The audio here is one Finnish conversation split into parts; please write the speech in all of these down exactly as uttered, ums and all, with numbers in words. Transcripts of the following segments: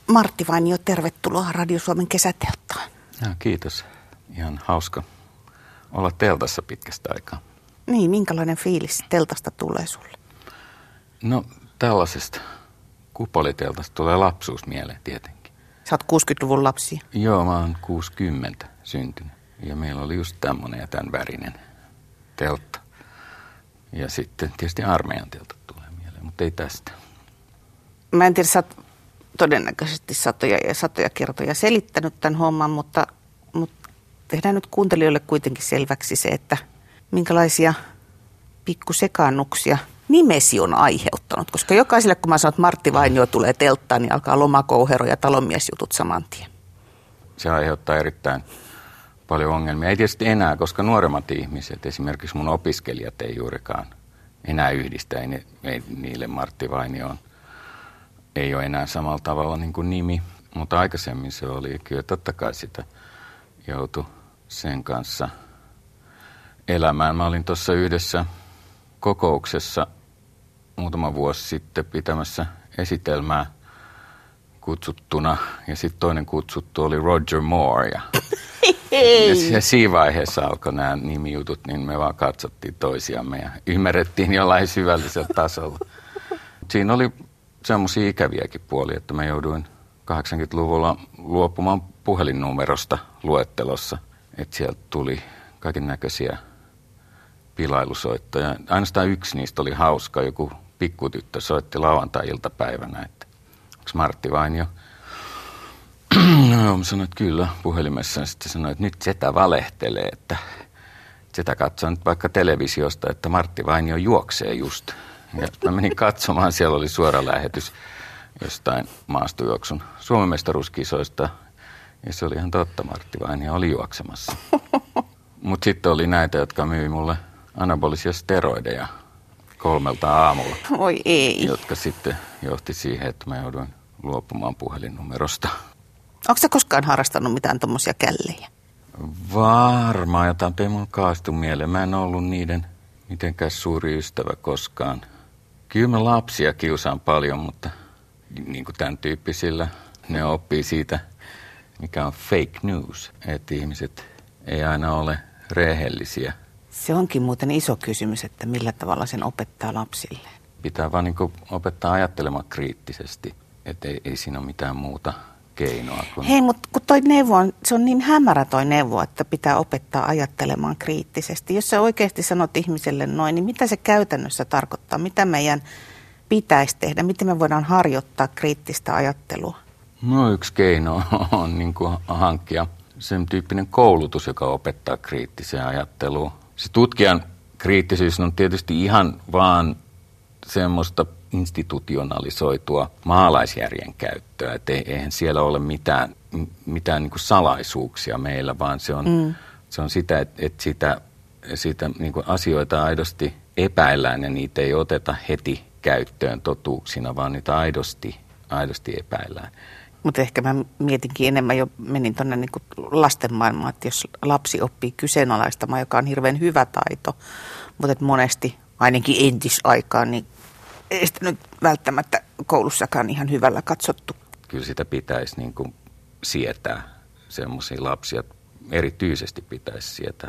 Martti Vainio, tervetuloa Radio Suomen kesätelttaan. Ja, kiitos. Ihan hauska olla teltassa pitkästä aikaa. Niin, minkälainen fiilis teltasta tulee sulle? No tällaisesta kupoliteltasta tulee lapsuus mieleen tietenkin. Sä oot kuusikymmentäluvun lapsia. Joo, mä oon kuusikymmentä syntynyt ja meillä oli just tämmönen ja tämän värinen teltta. Ja sitten tietysti armeijan teltat tulee mieleen, mutta ei tästä. Mä en tiedä, sä oot todennäköisesti satoja ja satoja kertoja selittänyt tämän homman, mutta, mutta tehdään nyt kuuntelijoille kuitenkin selväksi se, että minkälaisia pikkusekaannuksia nimesi on aiheuttanut. Koska jokaiselle, kun mä sanon, että Martti Vainio tulee telttaan, niin alkaa lomakouhero ja talonmiesjutut saman tien. Se aiheuttaa erittäin paljon ongelmia. Ei tietysti enää, koska nuoremmat ihmiset, esimerkiksi mun opiskelijat ei juurikaan enää yhdistä. Ei, ne, ei niille Martti Vainio ei ole enää samalla tavalla niin kuin nimi, mutta aikaisemmin se oli. Kyllä totta kai sitä joutui sen kanssa elämään. Mä olin tuossa yhdessä kokouksessa muutama vuosi sitten pitämässä esitelmää kutsuttuna ja sitten toinen kutsuttu oli Roger Moore ja, ja siinä vaiheessa alkoi nämä nimijutut, niin me vaan katsottiin toisiamme ja ymmärrettiin jollain syvällisellä tasolla. Siinä oli semmoisia ikäviäkin puolia, että mä jouduin kahdeksankymmentäluvulla luopumaan puhelinnumerosta luettelossa, että sieltä tuli kaiken näköisiä pilailusoittoja. Ainoastaan yksi niistä oli hauska. Joku pikkutyttö soitti lauantai-iltapäivänä, että onko Martti Vainio? No, mä sanoin, että kyllä puhelimessa. Ja sitten sanoin, että nyt Zetä valehtelee, että Zetä katsoo nyt vaikka televisiosta, että Martti Vainio juoksee just. Ja mä menin katsomaan, siellä oli suora lähetys jostain maastojuoksun Suomen mestaruuskisoista. Ja se oli ihan totta, Martti Vainio oli juoksemassa. Mutta sitten oli näitä, jotka myi mulle anabolisia steroideja kolmelta aamulla. Oi ei. Jotka sitten johti siihen, että mä jouduin luopumaan puhelinnumerosta. Onko sä koskaan harrastanut mitään tommosia källejä? Varmaan jotain, ei mun kaastu mieleen. Mä en ollut niiden mitenkään suuri ystävä koskaan. Kyllä mä lapsia kiusaan paljon, mutta niin kuin tämän tyyppisillä ne oppii siitä, mikä on fake news. Että ihmiset ei aina ole rehellisiä. Se onkin muuten iso kysymys, että millä tavalla sen opettaa lapsille. Pitää vaan niin kuin opettaa ajattelemaan kriittisesti, että ei, ei siinä ole mitään muuta keinoa. Kun... Hei, mutta kun toi neuvo on, se on niin hämärä toi neuvo, että pitää opettaa ajattelemaan kriittisesti. Jos sä oikeasti sanot ihmiselle noin, niin mitä se käytännössä tarkoittaa? Mitä meidän pitäisi tehdä? Miten me voidaan harjoittaa kriittistä ajattelua? No yksi keino on niin kuin hankkia sen tyyppinen koulutus, joka opettaa kriittiseen ajatteluun. Se tutkijan kriittisyys on tietysti ihan vaan semmoista institutionalisoitua maalaisjärjen käyttöä. Et eihän siellä ole mitään, mitään niin kuin salaisuuksia meillä, vaan se on, mm. se on sitä, että et sitä, sitä niin kuin asioita aidosti epäillään ja niitä ei oteta heti käyttöön totuuksina, vaan niitä aidosti, aidosti epäillään. Mutta ehkä mä mietinkin enemmän jo, menin tuonne niin lasten maailmaan, että jos lapsi oppii kyseenalaistamaan, joka on hirveän hyvä taito, mutta että monesti ainakin entisaikaan, niin ei sitä nyt välttämättä koulussakaan ihan hyvällä katsottu. Kyllä sitä pitäisi niin kuin sietää, semmoisia lapsia erityisesti pitäisi sietää.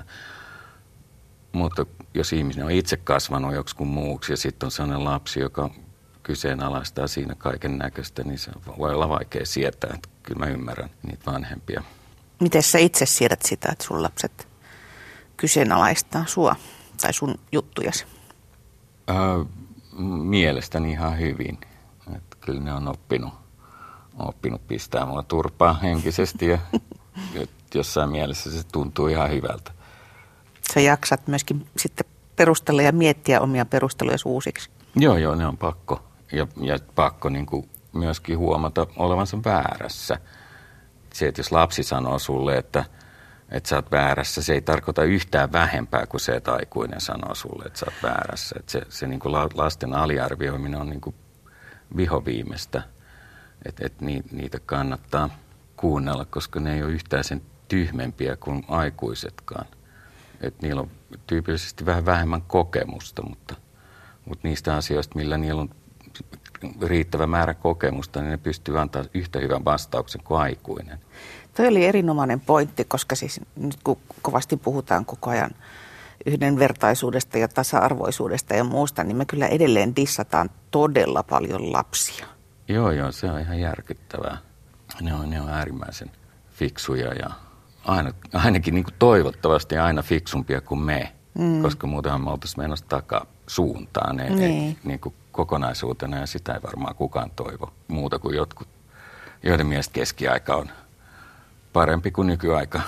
Mutta jos ihminen on itse kasvanut joksikun muuksi ja sitten on sellainen lapsi, joka kyseenalaistaa siinä kaiken näköistä, niin se voi olla vaikea sietää. Että kyllä mä ymmärrän niitä vanhempia. Miten sä itse siedät sitä, että sun lapset kyseenalaistaa sua tai sun juttujasi? Öö, mielestäni ihan hyvin. Että kyllä ne on oppinut, oppinut pistää mua turpaa henkisesti ja jossain mielessä se tuntuu ihan hyvältä. Sä jaksat myöskin sitten perustella ja miettiä omia perusteluja uusiksi. Joo, joo, ne on pakko. Ja, ja pakko niin kuin myöskin huomata olevansa väärässä. Se, että jos lapsi sanoo sulle, että, että sä oot väärässä, se ei tarkoita yhtään vähempää kuin se, että aikuinen sanoo sulle, että sä oot väärässä. Että se se niin kuin lasten aliarvioiminen on niin kuin vihoviimeistä. Että et niitä kannattaa kuunnella, koska ne ei ole yhtään sen tyhmempiä kuin aikuisetkaan. Että niillä on tyypillisesti vähän vähemmän kokemusta, mutta, mutta niistä asioista, millä niillä on riittävä määrä kokemusta, niin ne pystyy antaa yhtä hyvän vastauksen kuin aikuinen. Toi oli erinomainen pointti, koska siis nyt kun kovasti puhutaan koko ajan yhdenvertaisuudesta ja tasa-arvoisuudesta ja muusta, niin me kyllä edelleen dissataan todella paljon lapsia. Joo, joo, se on ihan järkyttävää. Ne on, ne on äärimmäisen fiksuja ja aina, ainakin niin kuin toivottavasti aina fiksumpia kuin me, mm. koska muutenhan me oltaisiin menossa takasuuntaan ei, niin. Ei, niin kuin kokonaisuutena, ja sitä ei varmaan kukaan toivo muuta kuin jotkut, joiden mielestä keskiaika on parempi kuin nykyaika.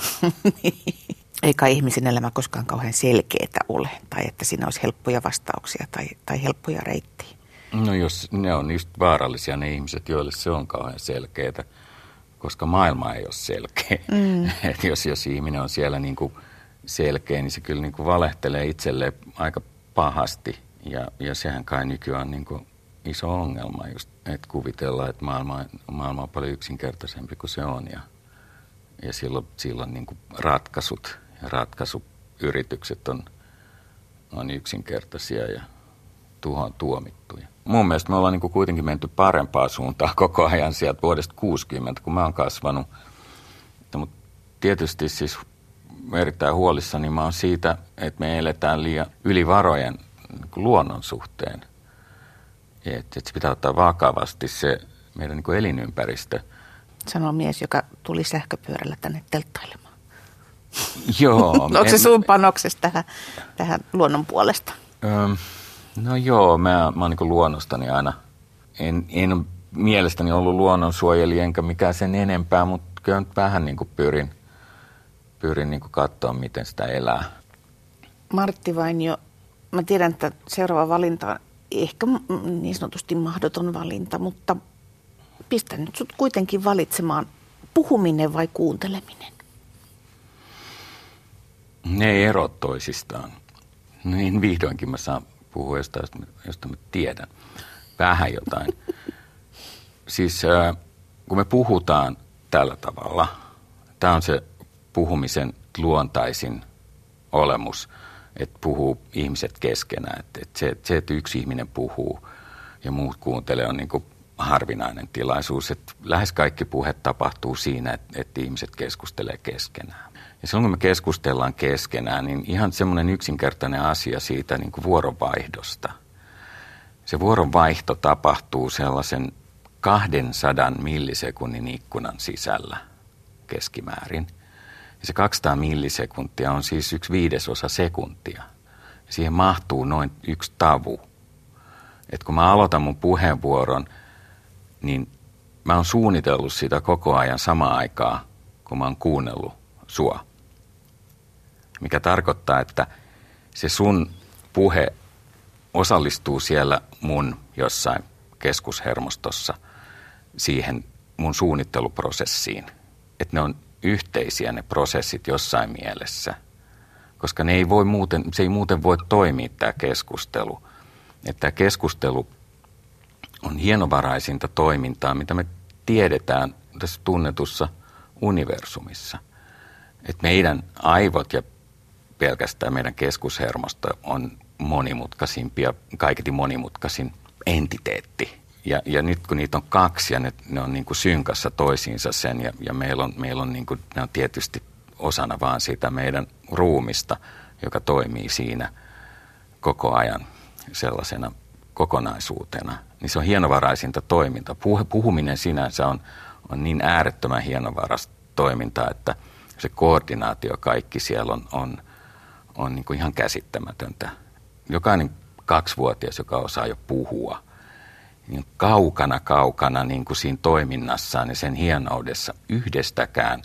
Eikä ihmisen elämä koskaan kauhean selkeätä ole, tai että siinä olisi helppoja vastauksia tai, tai helppoja reittejä. No jos ne on just vaarallisia ne ihmiset, joille se on kauhean selkeätä, koska maailma ei ole selkeä. Mm. Et jos, jos ihminen on siellä niin kuin selkeä, niin se kyllä niin kuin valehtelee itselleen aika pahasti. Ja, ja sehän kai nykyään on niin kuin iso ongelma, just, että kuvitellaan, että maailma, maailma on paljon yksinkertaisempi kuin se on. Ja, ja silloin, silloin niin kuin ratkaisut ja ratkaisuyritykset on, on yksinkertaisia ja tuhoon tuomittuja. Mun mielestä me ollaan niin kuin kuitenkin menty parempaa suuntaan koko ajan sieltä vuodesta kuusikymmentä, kun mä oon kasvanut. Mutta tietysti siis erittäin huolissani mä oon siitä, että me eletään liian yli varojen niin kuin luonnon suhteen. Että et se pitää ottaa vakavasti se meidän niin kuin elinympäristö. Sanoo mies, joka tuli sähköpyörällä tänne telttailemaan. Joo. Onko se sun panoksesta tähän, tähän luonnon puolesta? Öm, no joo, mä, mä oon niin kuin luonnostani aina. En, en ole mielestäni ollut luonnonsuojelija enkä mikään sen enempää, mutta kyllä nyt vähän niin kuin pyrin, pyrin niin kuin katsoa, miten sitä elää. Martti Vainio, mä tiedän, että seuraava valinta on ehkä niin sanotusti mahdoton valinta, mutta pistän nyt sut kuitenkin valitsemaan puhuminen vai kuunteleminen. Ne ei ero toisistaan. Niin vihdoinkin mä saan puhua jostain, josta mä tiedän vähän jotain. Siis kun me puhutaan tällä tavalla, tämä on se puhumisen luontaisin olemus, että puhuu ihmiset keskenään. Että, että se, se, että yksi ihminen puhuu ja muut kuuntelee, on niin kuin harvinainen tilaisuus. Että lähes kaikki puhe tapahtuu siinä, että, että ihmiset keskustelee keskenään. Ja silloin kun me keskustellaan keskenään, niin ihan semmoinen yksinkertainen asia siitä niin kuin vuoronvaihdosta. Se vuoronvaihto tapahtuu sellaisen kahdensadan millisekunnin ikkunan sisällä keskimäärin. Ja se kaksisataa millisekuntia on siis yksi viidesosa sekuntia. Ja siihen mahtuu noin yksi tavu. Et kun mä aloitan mun puheenvuoron, niin mä oon suunnitellut sitä koko ajan samaan aikaan, kun mä oon kuunnellut sua. Mikä tarkoittaa, että se sun puhe osallistuu siellä mun jossain keskushermostossa siihen mun suunnitteluprosessiin. Että ne on yhteisiä ne prosessit jossain mielessä, koska ne ei voi muuten, se ei muuten voi toimia tämä keskustelu. Että tämä keskustelu on hienovaraisinta toimintaa, mitä me tiedetään tässä tunnetussa universumissa. Että meidän aivot ja pelkästään meidän keskushermosto on monimutkaisimpia, kaiketi monimutkaisin entiteetti. Ja, ja nyt kun niitä on kaksi ja ne, ne on niin kuin synkassa toisiinsa sen ja, ja meillä on, meillä on, niin kuin, ne on tietysti osana vaan sitä meidän ruumista, joka toimii siinä koko ajan sellaisena kokonaisuutena, niin se on hienovaraisinta toiminta. Puhuminen sinänsä on, on niin äärettömän hienovaraista toimintaa, että se koordinaatio kaikki siellä on, on, on niin kuin ihan käsittämätöntä. Jokainen kaksivuotias, joka osaa jo puhua, niin kaukana, kaukana niin kuin siinä toiminnassaan ja sen hienoudessa yhdestäkään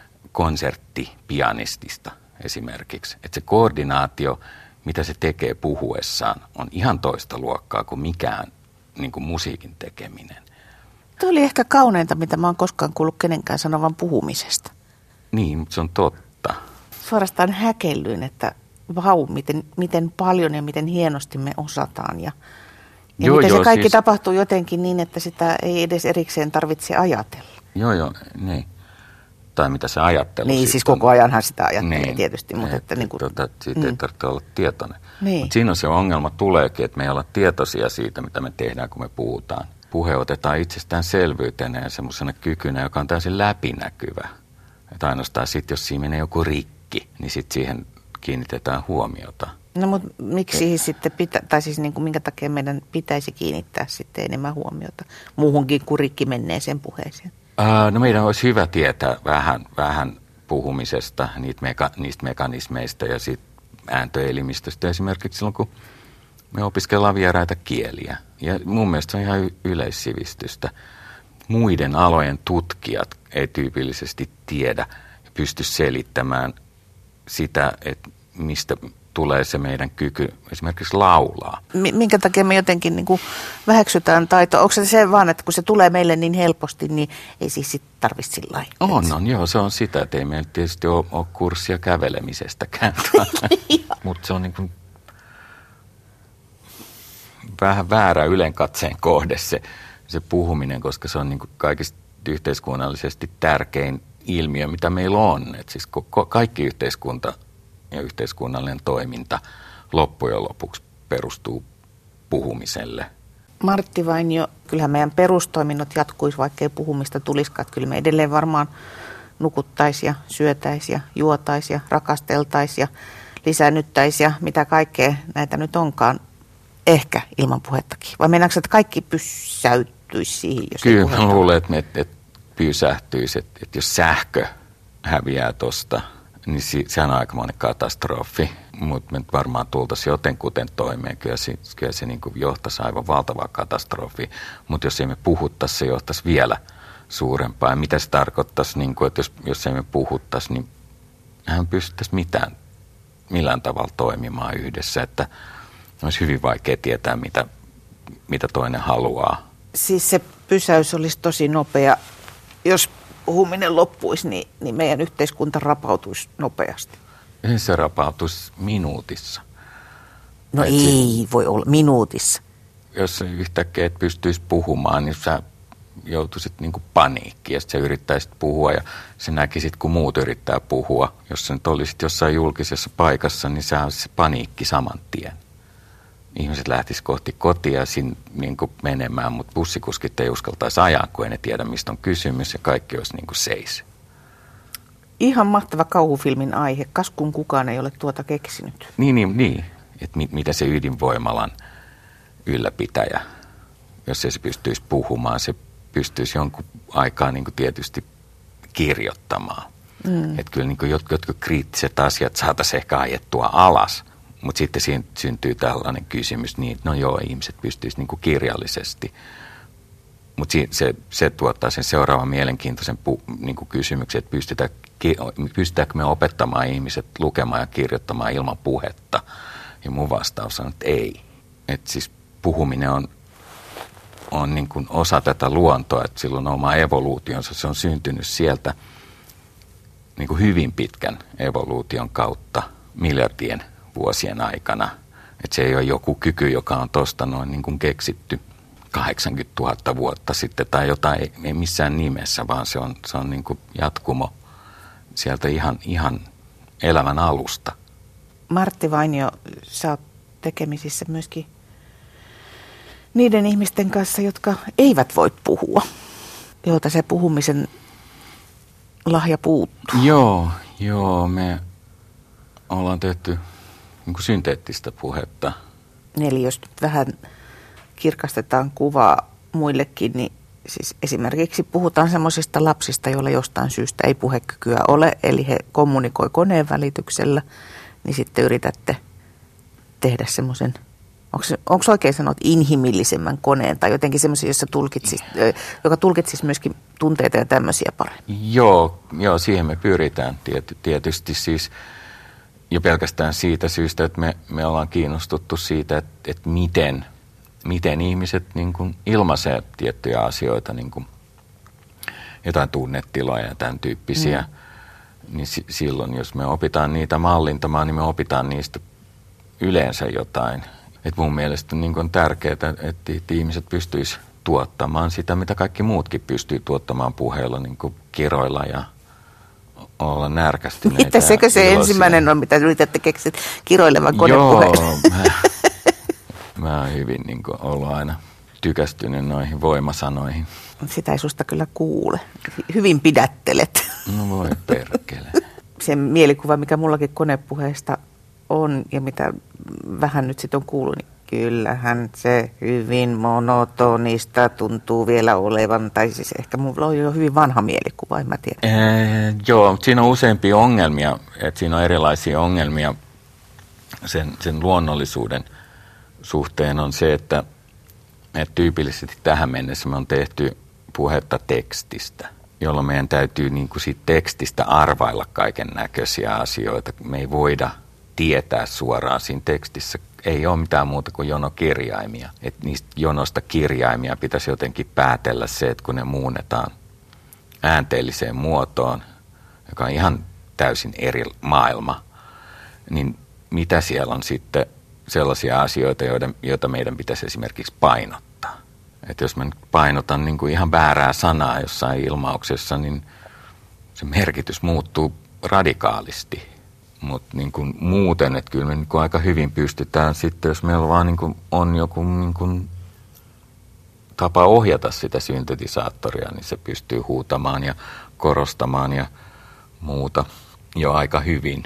konserttipianistista esimerkiksi. Että se koordinaatio, mitä se tekee puhuessaan, on ihan toista luokkaa kuin mikään niin kuin musiikin tekeminen. Tuo oli ehkä kauneinta, mitä mä oon koskaan kuullut kenenkään sanovan puhumisesta. Niin, mutta se on totta. Suorastaan häkellyin, että vau, miten, miten paljon ja miten hienosti me osataan. Ja, ja joo, miten joo, se kaikki siis tapahtuu jotenkin niin, että sitä ei edes erikseen tarvitse ajatella. Joo, joo, niin. Tai mitä se ajattelu. Niin, siis koko ajanhan sitä ajattelee niin, tietysti. Mutta et, että niin kuin, tuota, siitä mm. ei tarvitse olla tietoinen. Niin. Mutta siinä on se ongelma tuleekin, että me ei olla tietoisia siitä, mitä me tehdään, kun me puhutaan. puhe otetaan itsestäänselvyytenä ja semmoisena kykynä, joka on täysin läpinäkyvä. Että ainoastaan sitten, jos siinä menee joku rikki, niin sitten siihen kiinnitetään huomiota. No mutta miksi siihen sitten pitä, tai siis niin kuin minkä takia meidän pitäisi kiinnittää sitten enemmän huomiota muuhunkin kuin rikki menneeseen puheeseen? Ää, no meidän olisi hyvä tietää vähän, vähän puhumisesta, niitä meka, niistä mekanismeista ja siitä ääntöelimistöstä esimerkiksi silloin, kun me opiskellaan vieraita kieliä. Ja mun mielestä se on ihan yleissivistystä. Muiden alojen tutkijat ei tyypillisesti tiedä ja pysty selittämään sitä, että mistä tulee se meidän kyky esimerkiksi laulaa. Minkä takia me jotenkin niin kuin väheksytään taitoa? Onko se se vaan, että kun se tulee meille niin helposti, niin ei siis sit tarvitse sillä lailla? On, on, joo, se on sitä, että ei meillä tietysti ole, ole kurssia kävelemisestäkään. Mutta se on niin kuin vähän väärä ylenkatseen kohde se, se puhuminen, koska se on niin kuin kaikista yhteiskunnallisesti tärkein ilmiö, mitä meillä on. Et siis ko- kaikki yhteiskunta ja yhteiskunnallinen toiminta loppujen lopuksi perustuu puhumiselle. Martti Vainio, kyllähän meidän perustoiminnot jatkuisi, vaikkei puhumista tulisikaan. Kyllä me edelleen varmaan nukuttaisiin ja syötäisiin ja juotaisiin ja rakasteltaisiin ja lisännyttäisiin ja mitä kaikkea näitä nyt onkaan. Ehkä ilman puhettakin. Vai meinaatko, että kaikki pysäyttyisi siihen, jos Kyllä mä luulen, että, että, että pysähtyisi, että, että jos sähkö häviää tuosta, niin sehän on aikamoinen katastrofi. Mutta me varmaan tultaisiin jotenkuten toimeen. Kyllä se, kyllä se niin kuin johtaisi aivan valtavaa katastrofiin. Mutta jos ei me puhuttaisi, se johtaisi vielä suurempaa. Ja mitä se tarkoittaisi, niin kuin, että jos, jos ei me puhuttaisi, niin hän pystyttäisi mitään, millään tavalla toimimaan yhdessä. Että olisi hyvin vaikea tietää, mitä, mitä toinen haluaa. Siis se pysäys olisi tosi nopea. Jos puhuminen loppuisi, niin, niin meidän yhteiskunta rapautuisi nopeasti. Se rapautuisi minuutissa. No et ei si- voi olla minuutissa. Jos yhtäkkiä et pystyisi puhumaan, niin sä joutuisit niinku paniikkiin. Ja sitten sä yrittäisit puhua ja sä näkisit, kun muut yrittää puhua. Jos sä nyt olisit jossain julkisessa paikassa, niin sä olisi se paniikki saman tien. Ihmiset lähtis kohti kotia sin, niin kuin menemään, mutta bussikuskit ei uskaltaisi ajaa, kun ei ne tiedä, mistä on kysymys, ja kaikki olisi niin kuin seis. Ihan mahtava kauhufilmin aihe. Kas kun kukaan ei ole tuota keksinyt. Niin, niin, niin. Että mit, mitä se ydinvoimalan ylläpitäjä, jos ei se pystyisi puhumaan, se pystyisi jonkun aikaa niin kuin tietysti kirjoittamaan. Mm. Että kyllä niin kuin jotkut, jotkut kriittiset asiat saataisiin ehkä ajettua alas. Mutta sitten siinä syntyy tällainen kysymys, niin no joo, ihmiset pystyisivät niin kuin kirjallisesti. Mutta se, se tuottaa sen seuraavan mielenkiintoisen pu, niin kuin kysymyksen, että pystytään, pystytäänkö me opettamaan ihmiset lukemaan ja kirjoittamaan ilman puhetta. Ja mun vastaus on, että ei. Että siis puhuminen on, on niin kuin osa tätä luontoa, että sillä on oma evoluutionsa. Se on syntynyt sieltä niin kuin hyvin pitkän evoluution kautta miljardien vuosien aikana. Että se ei ole joku kyky, joka on tuosta noin niin kuin keksitty kahdeksankymmentätuhatta vuotta sitten tai jotain, ei, ei missään nimessä, vaan se on, se on niin kuin jatkumo sieltä ihan, ihan elämän alusta. Martti Vainio, sä oot tekemisissä myöskin niiden ihmisten kanssa, jotka eivät voi puhua, joilta se puhumisen lahja puuttuu. Joo, joo, me ollaan tehty niin kuin synteettistä puhetta. Eli jos nyt vähän kirkastetaan kuvaa muillekin, niin siis esimerkiksi puhutaan semmoisista lapsista, joilla jostain syystä ei puhekykyä ole, eli he kommunikoi koneen välityksellä, niin sitten yritätte tehdä semmoisen, onko oikein sanot inhimillisemmän koneen, tai jotenkin semmoisen, jossa tulkitsis, joka tulkitsisi myöskin tunteita ja tämmöisiä paremmin. Joo, joo, siihen me pyritään tiety, tietysti siis. Jo pelkästään siitä syystä, että me, me ollaan kiinnostuttu siitä, että, että miten, miten ihmiset niin kuin ilmaisee tiettyjä asioita, niin kuin jotain tunnetiloja ja tämän tyyppisiä. Mm. Niin si, silloin, jos me opitaan niitä mallintamaan, niin me opitaan niistä yleensä jotain. Et mun mielestä niin kuin on tärkeää, että, että ihmiset pystyisivät tuottamaan sitä, mitä kaikki muutkin pystyy tuottamaan puheilla, niin kuin kiroilla ja olla närkästyneitä. Mitä sekö se iloisia. Ensimmäinen on, mitä yritätte keksiä kiroilevan konepuheille? Joo, mä, mä oon hyvin niin kuin, ollut aina tykästynyt noihin voimasanoihin. Sitä ei susta kyllä kuule. Hyvin pidättelet. No voi perkele. Se mielikuva, mikä mullakin konepuheesta on ja mitä vähän nyt sitten on kuullut, niin kyllähän se hyvin monotonista tuntuu vielä olevan. Tai siis ehkä mulla on jo hyvin vanha mielikuva, en mä tiedä. Ee, joo, siinä on useampia ongelmia. Että siinä on erilaisia ongelmia sen, sen luonnollisuuden suhteen on se, että, että tyypillisesti tähän mennessä me on tehty puhetta tekstistä, jolloin meidän täytyy niin kuin siitä tekstistä arvailla kaiken näköisiä asioita. Me ei voida tietää suoraan siinä tekstissä. Ei ole mitään muuta kuin jonokirjaimia. Että niistä jonosta kirjaimia pitäisi jotenkin päätellä se, että kun ne muunnetaan äänteelliseen muotoon, joka on ihan täysin eri maailma, niin mitä siellä on sitten sellaisia asioita, joiden, joita meidän pitäisi esimerkiksi painottaa. Että jos mä nyt painotan niin kuin ihan väärää sanaa jossain ilmauksessa, niin se merkitys muuttuu radikaalisti. Mutta niin kuin muuten, että kyllä me niin kuin aika hyvin pystytään sitten, jos meillä vaan niin kuin on joku niin kuin tapa ohjata sitä syntetisaattoria, niin se pystyy huutamaan ja korostamaan ja muuta jo aika hyvin.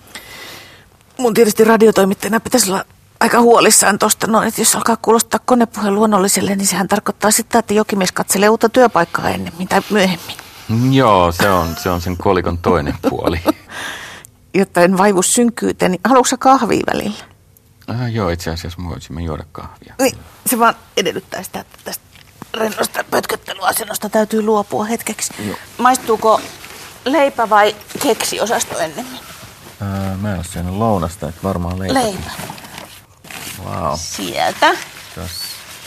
Mun tietysti radiotoimittajana pitäisi olla aika huolissaan tuosta, no, että jos alkaa kuulostaa konepuheen luonnolliselle, niin sehän tarkoittaa sitä, että jokimies katselee uutta työpaikkaa ennemmin tai myöhemmin. Joo, se on, se on sen kolikon toinen puoli. Jotta en vaivu synkkyyteen, niin haluatko sä kahvia välillä? Äh, joo, itse asiassa me voisimme juoda kahvia. Niin, se vaan edellyttää sitä, että tästä rennosta pötköttelyasennosta täytyy luopua hetkeksi. Joo. Maistuuko leipä vai keksiosasto ennemmin? Äh, mä en ole syönyt lounasta, että varmaan leipä. Leipä. Wow. Sieltä. Tässä.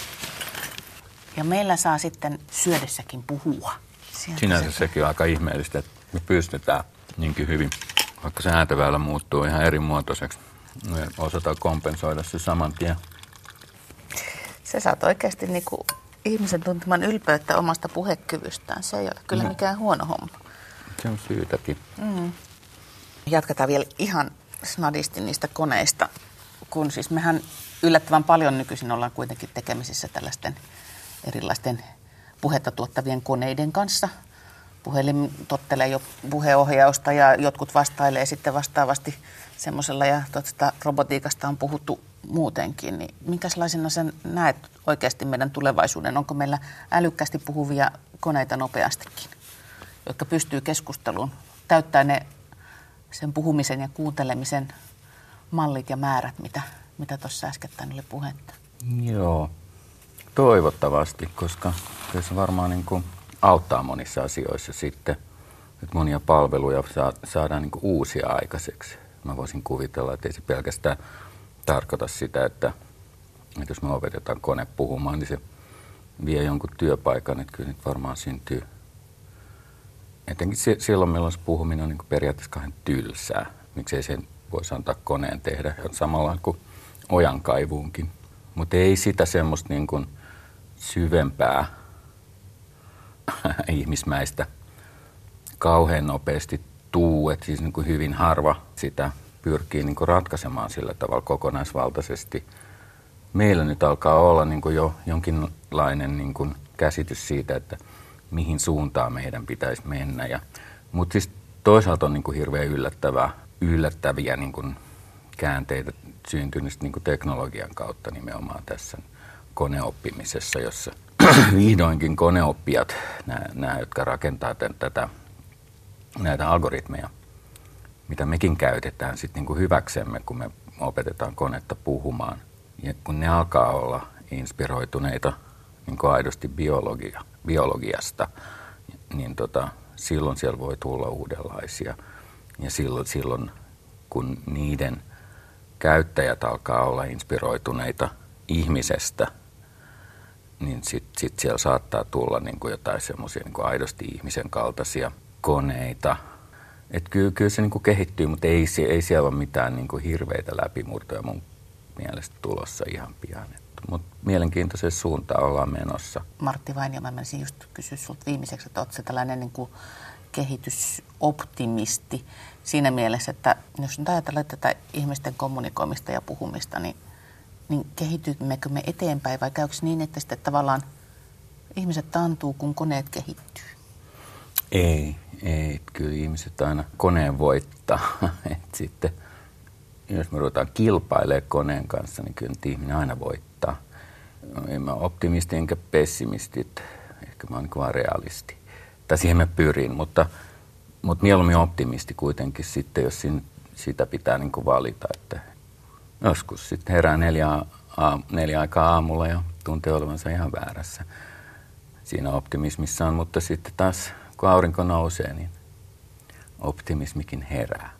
Ja meillä saa sitten syödessäkin puhua. Sieltä Sinänsä se. Sekin on aika ihmeellistä, että me pystytään niinkin hyvin, vaikka se ääntöväylä muuttuu ihan eri muotoiseksi. Me osataan kompensoida se saman tien. Sä saat oikeasti niinku ihmisen tunteman ylpeyttä omasta puhekyvystään. Se ei ole kyllä no. mikään huono homma. Se on syytäkin. Mm. Jatketaan vielä ihan snadisti niistä koneista, kun siis mehän yllättävän paljon nykyisin ollaan kuitenkin tekemisissä tällaisten erilaisten puhetta tuottavien koneiden kanssa. Puhelin tottelee jo puheohjausta ja jotkut vastailee sitten vastaavasti semmoisella, ja tuosta robotiikasta on puhuttu muutenkin. Niin minkälaisena sen näet oikeasti meidän tulevaisuuden? Onko meillä älykkäästi puhuvia koneita nopeastikin, jotka pystyy keskusteluun, täyttää ne sen puhumisen ja kuuntelemisen mallit ja määrät, mitä mitä tuossa äskettäin oli puhetta? Joo, toivottavasti, koska se varmaan niin kuin auttaa monissa asioissa sitten, että monia palveluja saadaan niin kuin uusia aikaiseksi. Mä voisin kuvitella, että ei se pelkästään tarkoita sitä, että, että jos me opetetaan kone puhumaan, niin se vie jonkun työpaikan, että kyllä nyt varmaan syntyy. Etenkin silloin, milloin se puhuminen on niin kuin periaatteessa kahden tylsää. Miksei sen voisi antaa koneen tehdä samalla kuin ojankaivuunkin. Mutta ei sitä semmoista niin kuin syvempää ihmismäistä kauhean nopeasti tuu, että siis niin kuin hyvin harva sitä pyrkii niin kuin ratkaisemaan sillä tavalla kokonaisvaltaisesti. Meillä nyt alkaa olla niin kuin jo jonkinlainen niin kuin käsitys siitä, että mihin suuntaan meidän pitäisi mennä. Ja, mutta siis toisaalta on niin kuin hirveän yllättävää, yllättäviä niin kuin käänteitä syntynyt niin kuin teknologian kautta nimenomaan tässä koneoppimisessa, jossa vihdoinkin koneoppijat, nämä, nämä jotka rakentaa t- tätä, näitä algoritmeja, mitä mekin käytetään sit niin kuin hyväksemme, kun me opetetaan konetta puhumaan. Ja kun ne alkaa olla inspiroituneita niin kuin aidosti biologia, biologiasta, niin tota, silloin siellä voi tulla uudenlaisia. Ja silloin, silloin kun niiden käyttäjät alkaa olla inspiroituneita ihmisestä, niin sitten sit siellä saattaa tulla niin kuin jotain semmoisia niin kuin aidosti ihmisen kaltaisia koneita. Että kyllä, kyllä se niin kuin kehittyy, mutta ei, ei siellä ole mitään niin kuin hirveitä läpimurtoja mun mielestä tulossa ihan pian. Mutta mielenkiintoiseen suuntaan ollaan menossa. Martti Vainio, mä menisin just kysyä sulta viimeiseksi, että ootko se tällainen niin kuin kehitysoptimisti siinä mielessä, että jos nyt ajatellaan tätä ihmisten kommunikoimista ja puhumista, niin niin kehitymmekö me eteenpäin vai käykö niin, että sitten tavallaan ihmiset taantuu, kun koneet kehittyy? Ei, ei. Kyllä ihmiset aina koneen voittaa. Et sitten, jos me ruvetaan kilpailemaan koneen kanssa, niin kyllä ihminen aina voittaa. En mä optimisti enkä pessimisti, ehkä mä oon niin vaan realisti. Tai siihen mä pyrin, mutta, mutta mieluummin optimisti kuitenkin sitten, jos siinä, sitä pitää niin kuin valita. Että joskus sitten herää neljä, aamu, neljä aikaa aamulla ja tuntee olevansa ihan väärässä siinä optimismissaan, mutta sitten taas kun aurinko nousee, niin optimismikin herää.